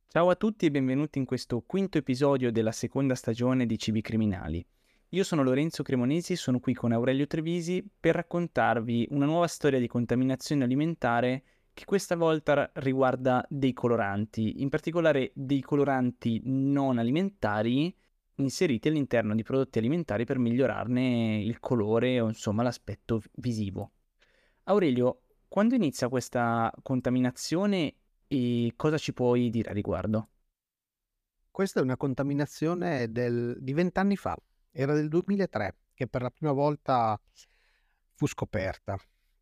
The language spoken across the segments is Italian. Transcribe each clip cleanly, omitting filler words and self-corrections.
Ciao a tutti e benvenuti in questo quinto episodio della seconda stagione di Cibi Criminali. Io sono Lorenzo Cremonesi e sono qui con Aurelio Trevisi per raccontarvi una nuova storia di contaminazione alimentare che questa volta riguarda dei coloranti, in particolare dei coloranti non alimentari inseriti all'interno di prodotti alimentari per migliorarne il colore o insomma l'aspetto visivo. Aurelio, quando inizia questa contaminazione e cosa ci puoi dire a riguardo? Questa è una contaminazione di 20 anni fa, era del 2003 che per la prima volta fu scoperta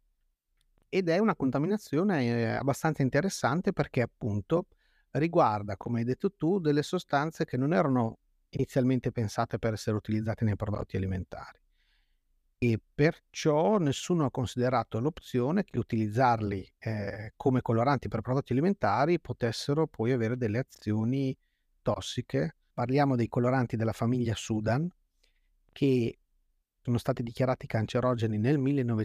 ed è una contaminazione, abbastanza interessante perché appunto riguarda, come hai detto tu, delle sostanze che non erano inizialmente pensate per essere utilizzate nei prodotti alimentari e perciò nessuno ha considerato l'opzione che utilizzarli, come coloranti per prodotti alimentari potessero poi avere delle azioni tossiche. Parliamo dei coloranti della famiglia Sudan, che sono stati dichiarati cancerogeni nel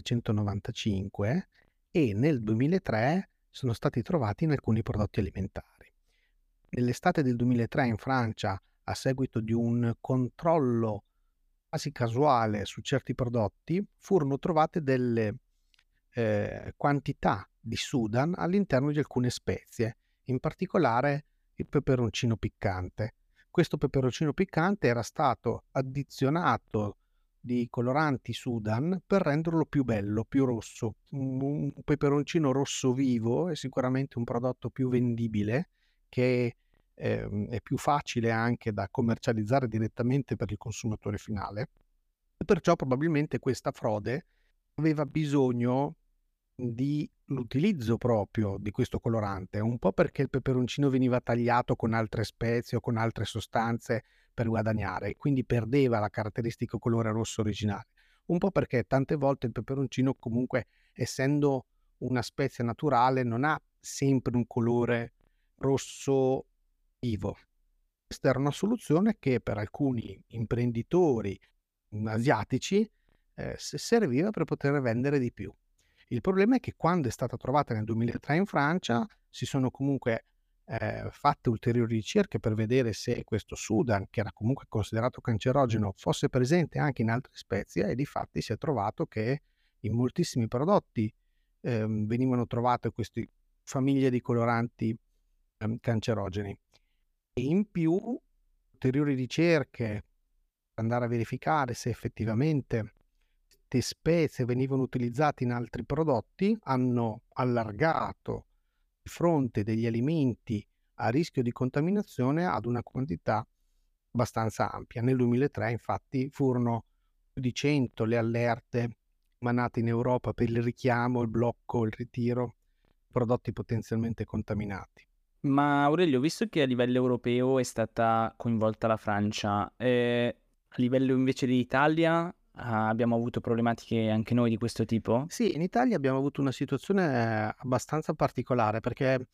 1995 e nel 2003 sono stati trovati in alcuni prodotti alimentari. Nell'estate del 2003 in Francia, a seguito di un controllo quasi casuale su certi prodotti, furono trovate delle quantità di Sudan all'interno di alcune spezie, in particolare il peperoncino piccante. Questo peperoncino piccante era stato addizionato di coloranti Sudan per renderlo più bello, più rosso. Un peperoncino rosso vivo è sicuramente un prodotto più vendibile, che è più facile anche da commercializzare direttamente per il consumatore finale e perciò probabilmente questa frode aveva bisogno di l'utilizzo proprio di questo colorante, un po' perché il peperoncino veniva tagliato con altre spezie o con altre sostanze per guadagnare e quindi perdeva la caratteristico colore rosso originale, un po' perché tante volte il peperoncino comunque, essendo una spezia naturale, non ha sempre un colore rosso vivo. Questa era una soluzione che per alcuni imprenditori asiatici, serviva per poter vendere di più. Il problema è che quando è stata trovata nel 2003 in Francia, si sono comunque, fatte ulteriori ricerche per vedere se questo Sudan, che era comunque considerato cancerogeno, fosse presente anche in altre spezie e difatti si è trovato che in moltissimi prodotti, venivano trovate questi famiglie di coloranti, cancerogeni. E in più ulteriori ricerche andare a verificare se effettivamente 'ste spezie venivano utilizzate in altri prodotti, hanno allargato il fronte degli alimenti a rischio di contaminazione ad una quantità abbastanza ampia. Nel 2003 infatti furono più di 100 le allerte emanate in Europa per il richiamo, il blocco, il ritiro prodotti potenzialmente contaminati. Ma Aurelio, visto che a livello europeo è stata coinvolta la Francia, a livello invece dell'Italia, abbiamo avuto problematiche anche noi di questo tipo? Sì, in Italia abbiamo avuto una situazione abbastanza particolare perché,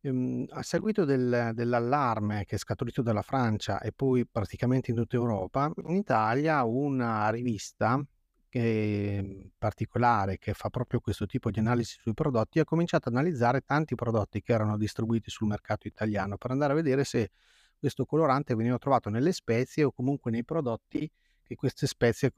a seguito dell'allarme che è scaturito dalla Francia e poi praticamente in tutta Europa, in Italia una rivista particolare che fa proprio questo tipo di analisi sui prodotti, ha cominciato ad analizzare tanti prodotti che erano distribuiti sul mercato italiano per andare a vedere se questo colorante veniva trovato nelle spezie o comunque nei prodotti che queste spezie,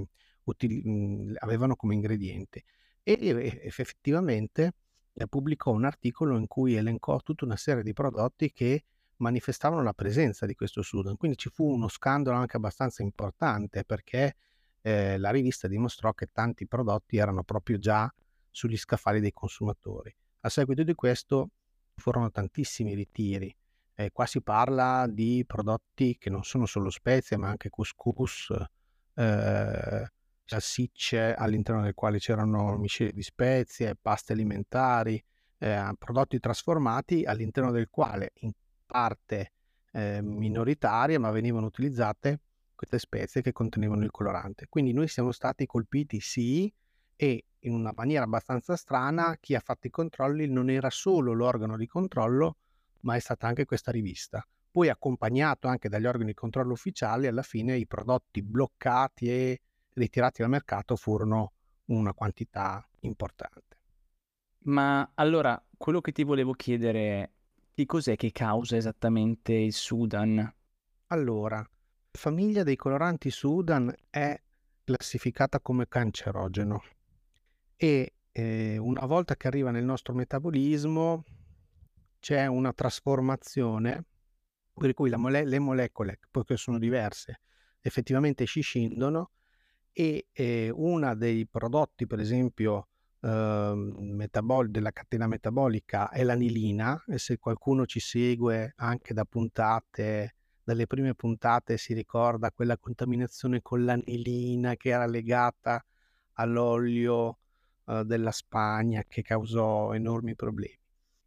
avevano come ingrediente. Effettivamente, pubblicò un articolo in cui elencò tutta una serie di prodotti che manifestavano la presenza di questo Sudan. Quindi ci fu uno scandalo anche abbastanza importante perché, la rivista dimostrò che tanti prodotti erano proprio già sugli scaffali dei consumatori. A seguito di questo furono tantissimi ritiri. Qua si parla di prodotti che non sono solo spezie, ma anche couscous, ehm, salsicce all'interno del quali c'erano miscele di spezie, paste alimentari, prodotti trasformati all'interno del quale in parte, minoritaria, ma venivano utilizzate queste spezie che contenevano il colorante. Quindi noi siamo stati colpiti sì, e in una maniera abbastanza strana chi ha fatto i controlli non era solo l'organo di controllo, ma è stata anche questa rivista. Poi accompagnato anche dagli organi di controllo ufficiali, alla fine i prodotti bloccati e ritirati dal mercato furono una quantità importante. Ma allora, quello che ti volevo chiedere è, Che cos'è che causa esattamente il Sudan? Allora, la famiglia dei coloranti Sudan è classificata come cancerogeno e una volta che arriva nel nostro metabolismo c'è una trasformazione per cui le molecole, poiché sono diverse, effettivamente si scindono e una dei prodotti, per esempio, della catena metabolica è l'anilina, e se qualcuno ci segue anche dalle prime puntate, si ricorda quella contaminazione con l'anilina che era legata all'olio della Spagna, che causò enormi problemi.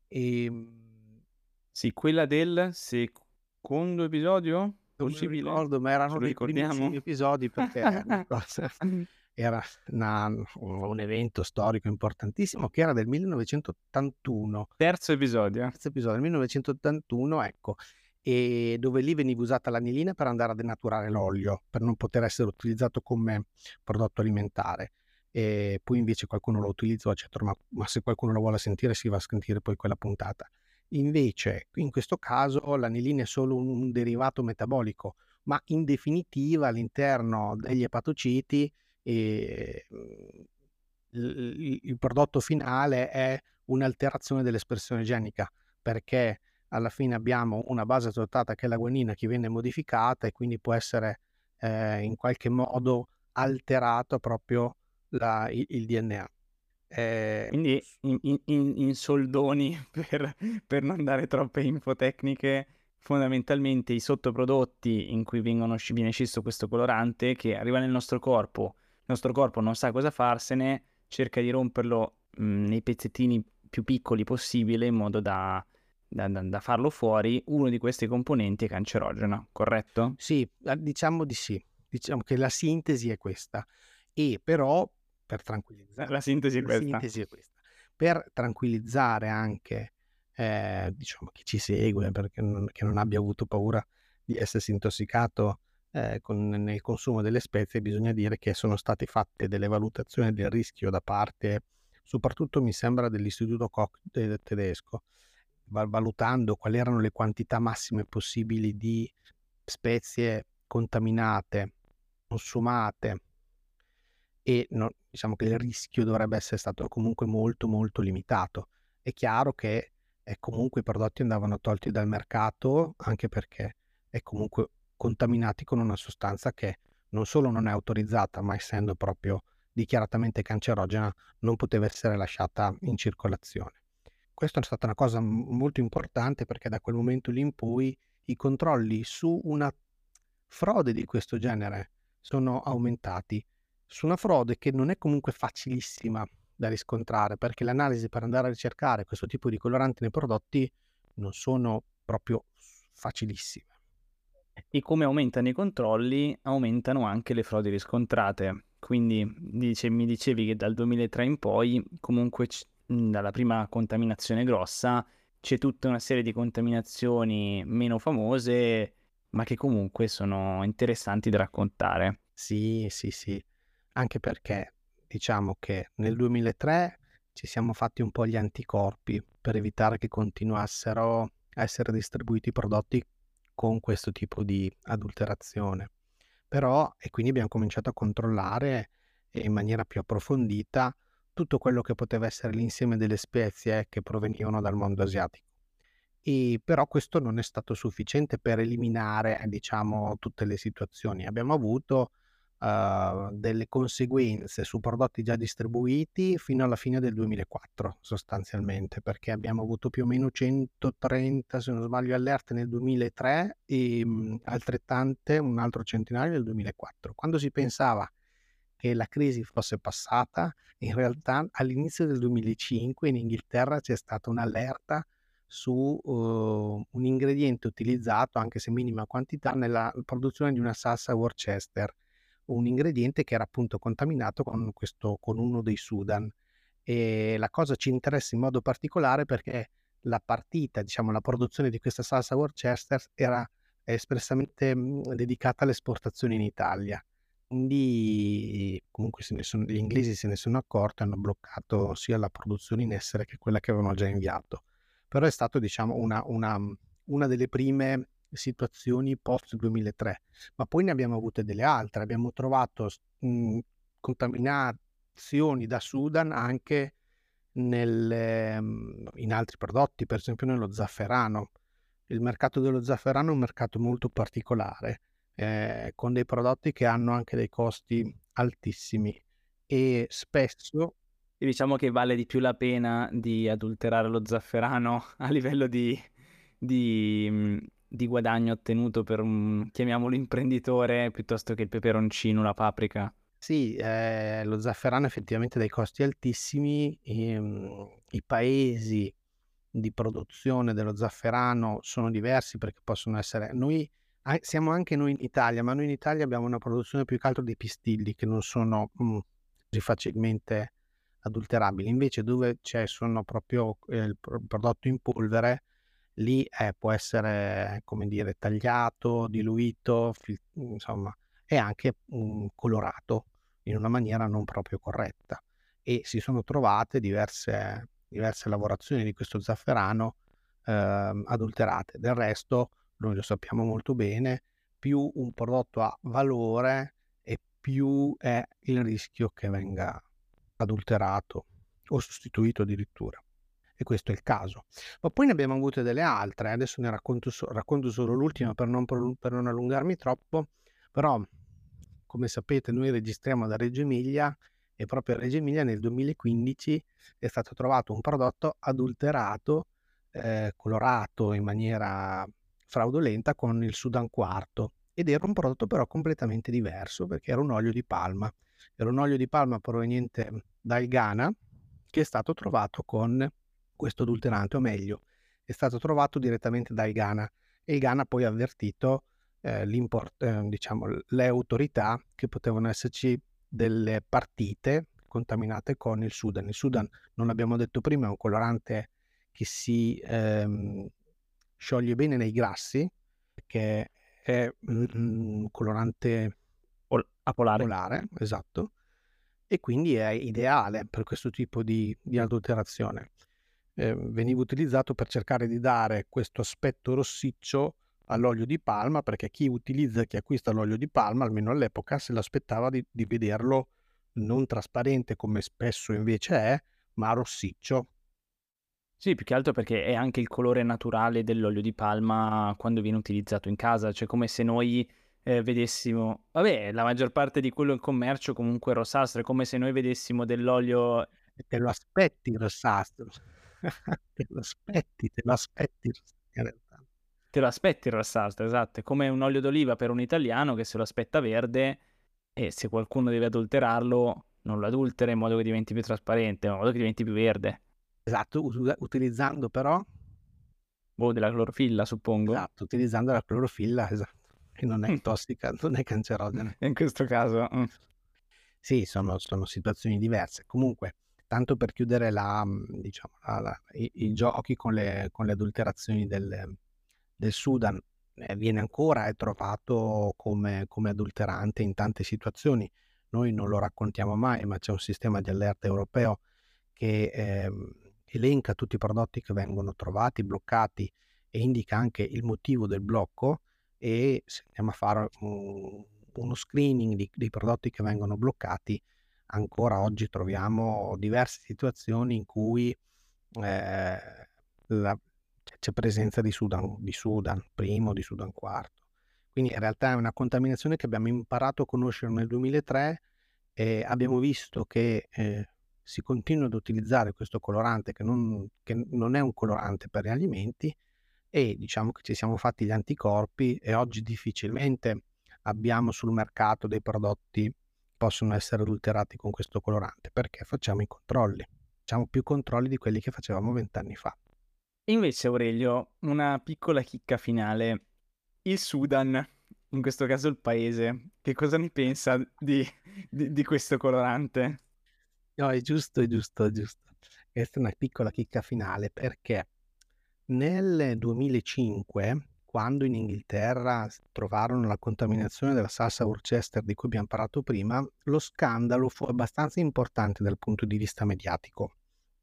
Sì, quella del secondo episodio? Non me lo Possibile? ricordo, ma Ce erano lo dei primissimi ricordiamo? episodi, perché era una cosa era un evento storico importantissimo, che era del 1981. Terzo episodio. Terzo episodio, del 1981, ecco, dove lì veniva usata l'anilina per andare a denaturare l'olio, per non poter essere utilizzato come prodotto alimentare. E poi invece qualcuno lo utilizzò, eccetera, ma se qualcuno lo vuole sentire, si va a sentire poi quella puntata. Invece, in questo caso, l'anilina è solo un derivato metabolico, ma in definitiva all'interno degli epatociti il prodotto finale è un'alterazione dell'espressione genica, perché alla fine abbiamo una base azotate che è la guanina, che viene modificata e quindi può essere in qualche modo alterato proprio il DNA. Quindi in soldoni, per non dare troppe info tecniche, fondamentalmente i sottoprodotti in cui viene scisso questo colorante, che arriva nel nostro corpo non sa cosa farsene, cerca di romperlo nei pezzettini più piccoli possibile in modo da farlo fuori. Uno di questi componenti è cancerogeno, corretto? Sì, diciamo di sì. Diciamo che la sintesi è questa. E però, per tranquillizzare, La sintesi è la questa. sintesi è questa. Per tranquillizzare anche, diciamo, chi ci segue, perché che non abbia avuto paura di essersi intossicato nel consumo delle spezie, bisogna dire che sono state fatte delle valutazioni del rischio da parte, soprattutto mi sembra, dell'Istituto Koch tedesco, valutando quali erano le quantità massime possibili di spezie contaminate, consumate, e diciamo che il rischio dovrebbe essere stato comunque molto molto limitato. È chiaro che comunque i prodotti andavano tolti dal mercato, anche perché è comunque contaminati con una sostanza che non solo non è autorizzata, ma essendo proprio dichiaratamente cancerogena, non poteva essere lasciata in circolazione. Questa è stata una cosa molto importante, perché da quel momento lì in poi i controlli su una frode di questo genere sono aumentati. Su una frode che non è comunque facilissima da riscontrare, perché le analisi per andare a ricercare questo tipo di coloranti nei prodotti non sono proprio facilissime. E come aumentano i controlli, aumentano anche le frodi riscontrate. Quindi mi dicevi che dal 2003 in poi, comunque dalla prima contaminazione grossa, c'è tutta una serie di contaminazioni meno famose, ma che comunque sono interessanti da raccontare. Sì, sì, sì, anche perché diciamo che nel 2003 ci siamo fatti un po' gli anticorpi per evitare che continuassero a essere distribuiti prodotti con questo tipo di adulterazione. Però, e quindi abbiamo cominciato a controllare in maniera più approfondita tutto quello che poteva essere l'insieme delle spezie che provenivano dal mondo asiatico. Però questo non è stato sufficiente per eliminare, diciamo, tutte le situazioni. Abbiamo avuto delle conseguenze su prodotti già distribuiti fino alla fine del 2004 sostanzialmente, perché abbiamo avuto più o meno 130, se non sbaglio, allerte nel 2003 e altrettante, un altro centinaio nel 2004. Quando si pensava che la crisi fosse passata, in realtà all'inizio del 2005 in Inghilterra c'è stata un'allerta su un ingrediente utilizzato, anche se minima quantità, nella produzione di una salsa Worcester, un ingrediente che era appunto contaminato con uno dei Sudan. E la cosa ci interessa in modo particolare perché la partita, diciamo, la produzione di questa salsa Worcester era espressamente dedicata all'esportazione in Italia. Quindi comunque gli inglesi se ne sono accorti, hanno bloccato sia la produzione in essere che quella che avevano già inviato. però è stato diciamo una delle prime situazioni post 2003, ma poi ne abbiamo avute delle altre. Abbiamo trovato contaminazioni da Sudan anche in altri prodotti, per esempio nello zafferano. Il mercato dello zafferano è un mercato molto particolare, con dei prodotti che hanno anche dei costi altissimi e spesso E diciamo che vale di più la pena di adulterare lo zafferano a livello di guadagno ottenuto per un, chiamiamolo imprenditore, piuttosto che il peperoncino, la paprika. sì, lo zafferano effettivamente ha dei costi altissimi, i paesi di produzione dello zafferano sono diversi perché possono essere siamo anche noi in Italia, ma noi in Italia abbiamo una produzione più che altro di pistilli che non sono, così facilmente adulterabili. Invece dove sono proprio, il prodotto in polvere, lì, può essere, come dire, tagliato, diluito, insomma, e anche, colorato in una maniera non proprio corretta. E si sono trovate diverse lavorazioni di questo zafferano, adulterate. Del resto, noi lo sappiamo molto bene, più un prodotto ha valore e più è il rischio che venga adulterato o sostituito addirittura. E questo è il caso. Ma poi ne abbiamo avute delle altre, adesso ne racconto solo l'ultima per non allungarmi troppo, però come sapete noi registriamo da Reggio Emilia e proprio a Reggio Emilia nel 2015 è stato trovato un prodotto adulterato, colorato in maniera fraudolenta con il Sudan quarto, ed era un prodotto però completamente diverso perché era un olio di palma. Era un olio di palma proveniente dal Ghana che è stato trovato con questo adulterante, o meglio, è stato trovato direttamente dal Ghana e il Ghana poi ha avvertito diciamo, le autorità che potevano esserci delle partite contaminate con il Sudan. Il Sudan, non l'abbiamo detto prima, è un colorante che si scioglie bene nei grassi, che è un colorante Apolare. polare, esatto, e quindi è ideale per questo tipo di adulterazione. Veniva utilizzato per cercare di dare questo aspetto rossiccio all'olio di palma, perché chi acquista l'olio di palma, almeno all'epoca, se l'aspettava di vederlo non trasparente come spesso invece è, ma rossiccio. Sì, più che altro perché è anche il colore naturale dell'olio di palma quando viene utilizzato in casa, cioè come se noi vedessimo, vabbè, la maggior parte di quello in commercio comunque è rossastro, è come se noi vedessimo dell'olio, E te lo aspetti il rossastro. Te lo aspetti in realtà. te lo aspetti il rossastro, esatto, è come un olio d'oliva per un italiano che se lo aspetta verde e se qualcuno deve adulterarlo non lo adultera in modo che diventi più trasparente, in modo che diventi più verde. Esatto, utilizzando però Boh, della clorofilla, suppongo. esatto, utilizzando la clorofilla, esatto, che non è tossica, non è cancerogena. In questo caso, Sì, sono situazioni diverse. Comunque, tanto per chiudere diciamo i giochi con le adulterazioni del Sudan, viene ancora è trovato come adulterante in tante situazioni. Noi non lo raccontiamo mai, ma c'è un sistema di allerta europeo che, elenca tutti i prodotti che vengono trovati, bloccati e indica anche il motivo del blocco, e se andiamo a fare uno screening dei prodotti che vengono bloccati, ancora oggi troviamo diverse situazioni in cui, ehm, la c'è presenza di Sudan primo, di Sudan quarto. Quindi in realtà è una contaminazione che abbiamo imparato a conoscere nel 2003 e abbiamo visto che, si continua ad utilizzare questo colorante che non è un colorante per gli alimenti, e diciamo che ci siamo fatti gli anticorpi e oggi difficilmente abbiamo sul mercato dei prodotti che possono essere adulterati con questo colorante, perché facciamo i controlli. Facciamo più controlli di quelli che facevamo 20 anni fa. invece Aurelio, una piccola chicca finale. Il Sudan, in questo caso il paese, che cosa ne pensa di questo colorante? No, è giusto, è giusto, è giusto. Questa è una piccola chicca finale perché nel 2005, quando in Inghilterra trovarono la contaminazione della salsa Worcester di cui abbiamo parlato prima, lo scandalo fu abbastanza importante dal punto di vista mediatico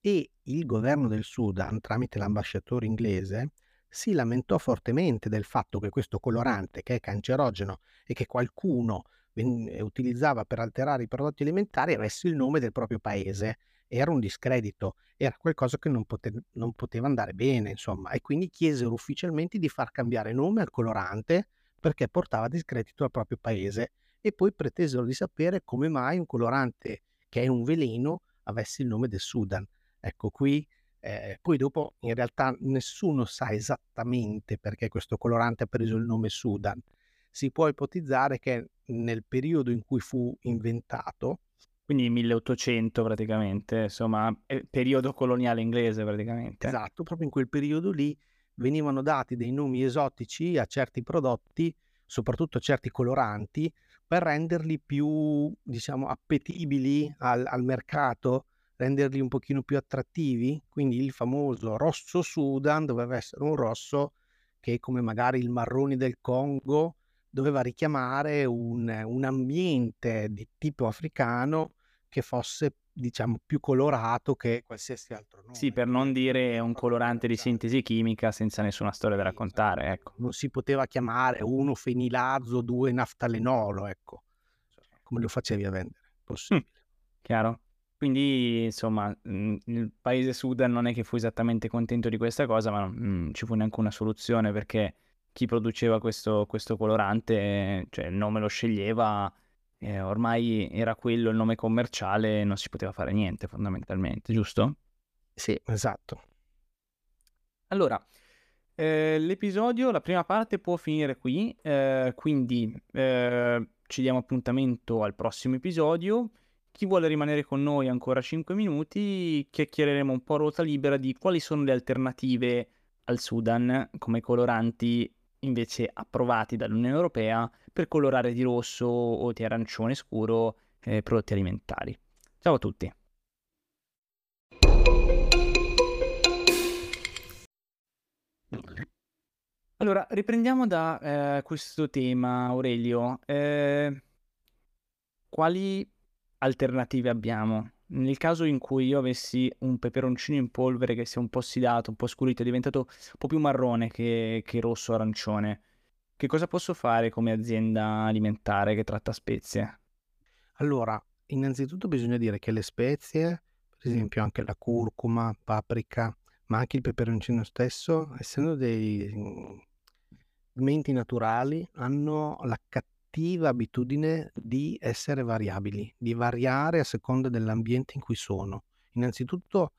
e il governo del Sudan, tramite l'ambasciatore inglese, si lamentò fortemente del fatto che questo colorante, che è cancerogeno e che qualcuno utilizzava per alterare i prodotti alimentari, avesse il nome del proprio paese. Era un discredito, era qualcosa che non poteva andare bene, insomma, e quindi chiesero ufficialmente di far cambiare nome al colorante perché portava discredito al proprio paese, e poi pretesero di sapere come mai un colorante che è un veleno avesse il nome del Sudan. Ecco qui, poi dopo in realtà nessuno sa esattamente perché questo colorante ha preso il nome Sudan. Si può ipotizzare che nel periodo in cui fu inventato, Quindi 1800 praticamente, insomma, periodo coloniale inglese praticamente. esatto, proprio in quel periodo lì venivano dati dei nomi esotici a certi prodotti, soprattutto a certi coloranti, per renderli più, diciamo, appetibili al mercato, renderli un pochino più attrattivi. Quindi il famoso rosso Sudan doveva essere un rosso che, come magari il marrone del Congo, doveva richiamare un ambiente di tipo africano che fosse, diciamo, più colorato che qualsiasi altro Sì, nome. per Quindi non anche dire questo è è un stato colorante di penalizzato. sintesi chimica senza nessuna storia da Sì, esatto. raccontare, ecco. Non si poteva chiamare 1 fenilazo, 2 naftalenolo, ecco. Come lo facevi a vendere? Mh, Impossibile. chiaro. Quindi insomma, il paese Sudan non è che fu esattamente contento di questa cosa, ma non ci fu neanche una soluzione perché chi produceva questo colorante, cioè il nome lo sceglieva, ormai era quello il nome commerciale e non si poteva fare niente fondamentalmente, giusto? Sì, esatto. Allora, l'episodio, la prima parte può finire qui, quindi, ci diamo appuntamento al prossimo episodio. Chi vuole rimanere con noi ancora 5 minuti, chiacchiereremo un po' a ruota libera di quali sono le alternative al Sudan come coloranti invece approvati dall'Unione Europea per colorare di rosso o di arancione scuro, prodotti alimentari. Ciao a tutti. Allora, riprendiamo da, questo tema Aurelio. Quali alternative abbiamo? Nel caso in cui io avessi un peperoncino in polvere che si è un po' ossidato, un po' scurito, è diventato un po' più marrone che rosso arancione, che cosa posso fare come azienda alimentare che tratta spezie? Allora, innanzitutto bisogna dire che le spezie, per esempio anche la curcuma, paprika, ma anche il peperoncino stesso, essendo dei menti naturali, hanno la cattiva abitudine di essere variabili, di variare a seconda dell'ambiente in cui sono. Innanzitutto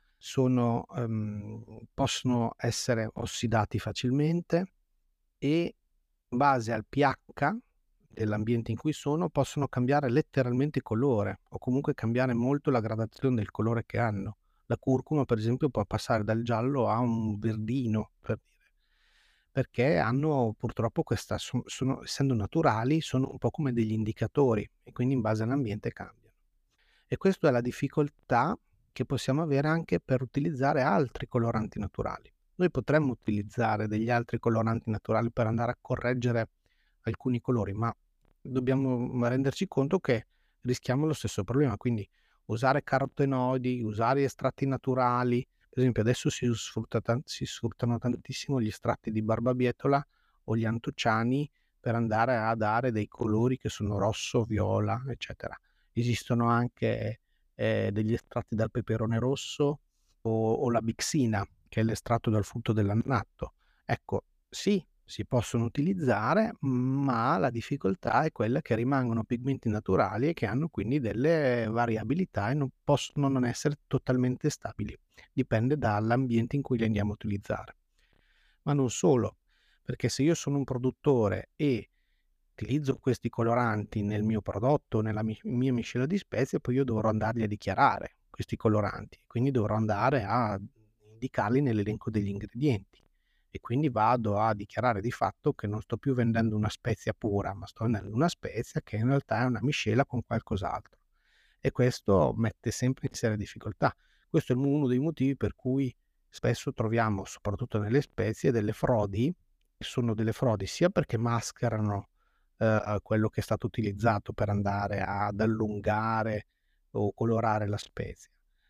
possono essere ossidati facilmente, e in base al pH dell'ambiente in cui sono, possono cambiare letteralmente colore o comunque cambiare molto la gradazione del colore che hanno. La curcuma, per esempio, può passare dal giallo a un verdino, per dire, perché hanno purtroppo questa essendo naturali, sono un po' come degli indicatori e quindi in base all'ambiente cambiano. E questa è la difficoltà che possiamo avere anche per utilizzare altri coloranti naturali. Noi potremmo utilizzare degli altri coloranti naturali per andare a correggere alcuni colori, ma dobbiamo renderci conto che rischiamo lo stesso problema. Quindi usare carotenoidi, usare estratti naturali. Per esempio adesso si sfruttano tantissimo gli estratti di barbabietola o gli antociani per andare a dare dei colori che sono rosso, viola, eccetera. Esistono anche degli estratti dal peperone rosso o la bixina, che è l'estratto dal frutto dell'annatto. Ecco, sì, si possono utilizzare, ma la difficoltà è quella che rimangono pigmenti naturali e che hanno quindi delle variabilità e non possono non essere totalmente stabili. Dipende dall'ambiente in cui li andiamo a utilizzare. Ma non solo, perché se io sono un produttore e utilizzo questi coloranti nel mio prodotto, nella mia miscela di spezie, poi io dovrò andarli a dichiarare questi coloranti, quindi dovrò andare a indicarli nell'elenco degli ingredienti, e quindi vado a dichiarare di fatto che non sto più vendendo una spezia pura, ma sto vendendo una spezia che in realtà è una miscela con qualcos'altro, e questo mette sempre in seria difficoltà. Questo è uno dei motivi per cui spesso troviamo, soprattutto nelle spezie, delle frodi, che sono delle frodi sia perché mascherano quello che è stato utilizzato per andare ad allungare o colorare la spezia,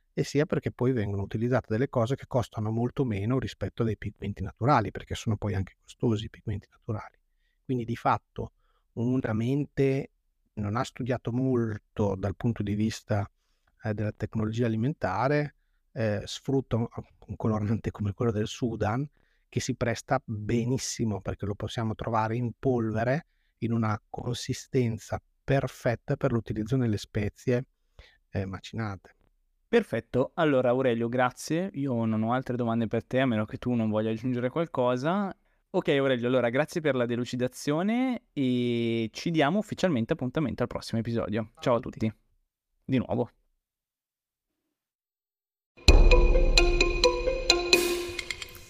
e sia perché poi vengono utilizzate delle cose che costano molto meno rispetto a dei pigmenti naturali, perché sono poi anche costosi i pigmenti naturali. Quindi di fatto una mente non ha studiato molto dal punto di vista, della tecnologia alimentare, sfrutta un colorante come quello del Sudan, che si presta benissimo, perché lo possiamo trovare in polvere, in una consistenza perfetta per l'utilizzo nelle spezie, macinate. Perfetto, allora Aurelio, grazie. Io non ho altre domande per te, a meno che tu non voglia aggiungere qualcosa. Ok Aurelio, allora grazie per la delucidazione e ci diamo ufficialmente appuntamento al prossimo episodio. Ciao a Ciao a tutti. tutti, di nuovo.